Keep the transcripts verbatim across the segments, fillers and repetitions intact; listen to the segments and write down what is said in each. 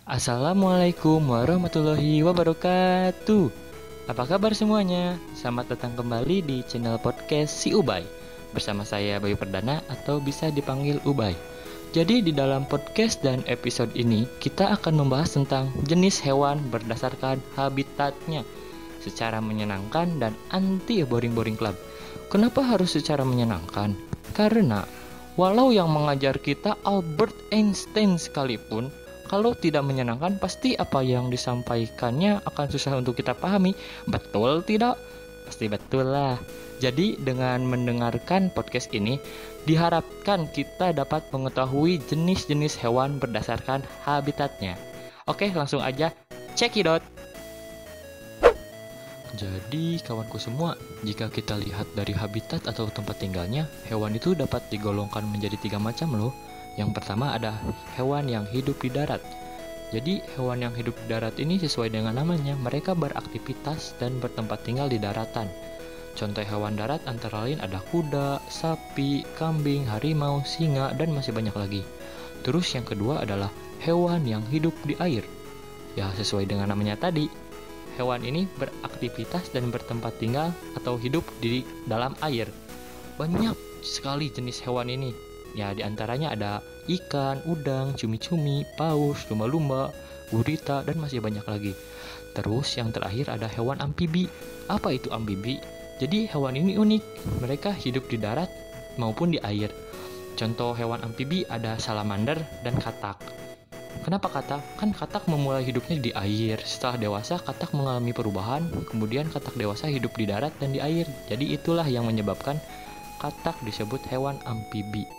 Assalamualaikum warahmatullahi wabarakatuh. Apa kabar semuanya? Selamat datang kembali di channel podcast Si Ubay. Bersama saya Bayu Perdana atau bisa dipanggil Ubay. Jadi di dalam podcast dan episode ini kita akan membahas tentang jenis hewan berdasarkan habitatnya secara menyenangkan dan anti boring-boring club. Kenapa harus secara menyenangkan? Karena walau yang mengajar kita Albert Einstein sekalipun, kalau tidak menyenangkan, pasti apa yang disampaikannya akan susah untuk kita pahami. Betul tidak? Pasti betul lah. Jadi dengan mendengarkan podcast ini, diharapkan kita dapat mengetahui jenis-jenis hewan berdasarkan habitatnya. Oke, langsung aja cekidot. Jadi kawanku semua, jika kita lihat dari habitat atau tempat tinggalnya, hewan itu dapat digolongkan menjadi tiga macam loh. Yang pertama ada hewan yang hidup di darat. Jadi hewan yang hidup di darat ini sesuai dengan namanya, mereka beraktivitas dan bertempat tinggal di daratan. Contoh hewan darat antara lain ada kuda, sapi, kambing, harimau, singa, dan masih banyak lagi. Terus yang kedua adalah hewan yang hidup di air. Ya sesuai dengan namanya tadi, hewan ini beraktivitas dan bertempat tinggal atau hidup di dalam air. Banyak sekali jenis hewan ini. Ya, diantaranya ada ikan, udang, cumi-cumi, paus, lumba-lumba, gurita, dan masih banyak lagi. Terus yang terakhir ada hewan amfibi. Apa itu amfibi? Jadi hewan ini unik. Mereka hidup di darat maupun di air. Contoh hewan amfibi ada salamander dan katak. Kenapa katak? Kan katak memulai hidupnya di air. Setelah dewasa, katak mengalami perubahan. Kemudian katak dewasa hidup di darat dan di air. Jadi itulah yang menyebabkan katak disebut hewan amfibi.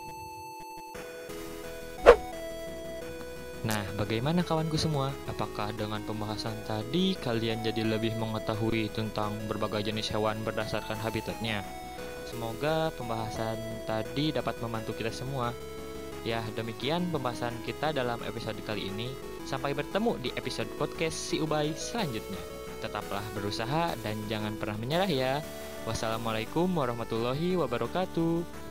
Nah, bagaimana kawanku semua? Apakah dengan pembahasan tadi kalian jadi lebih mengetahui tentang berbagai jenis hewan berdasarkan habitatnya? Semoga pembahasan tadi dapat membantu kita semua. Ya, demikian pembahasan kita dalam episode kali ini. Sampai bertemu di episode podcast Si Ubay selanjutnya. Tetaplah berusaha dan jangan pernah menyerah ya. Wassalamualaikum warahmatullahi wabarakatuh.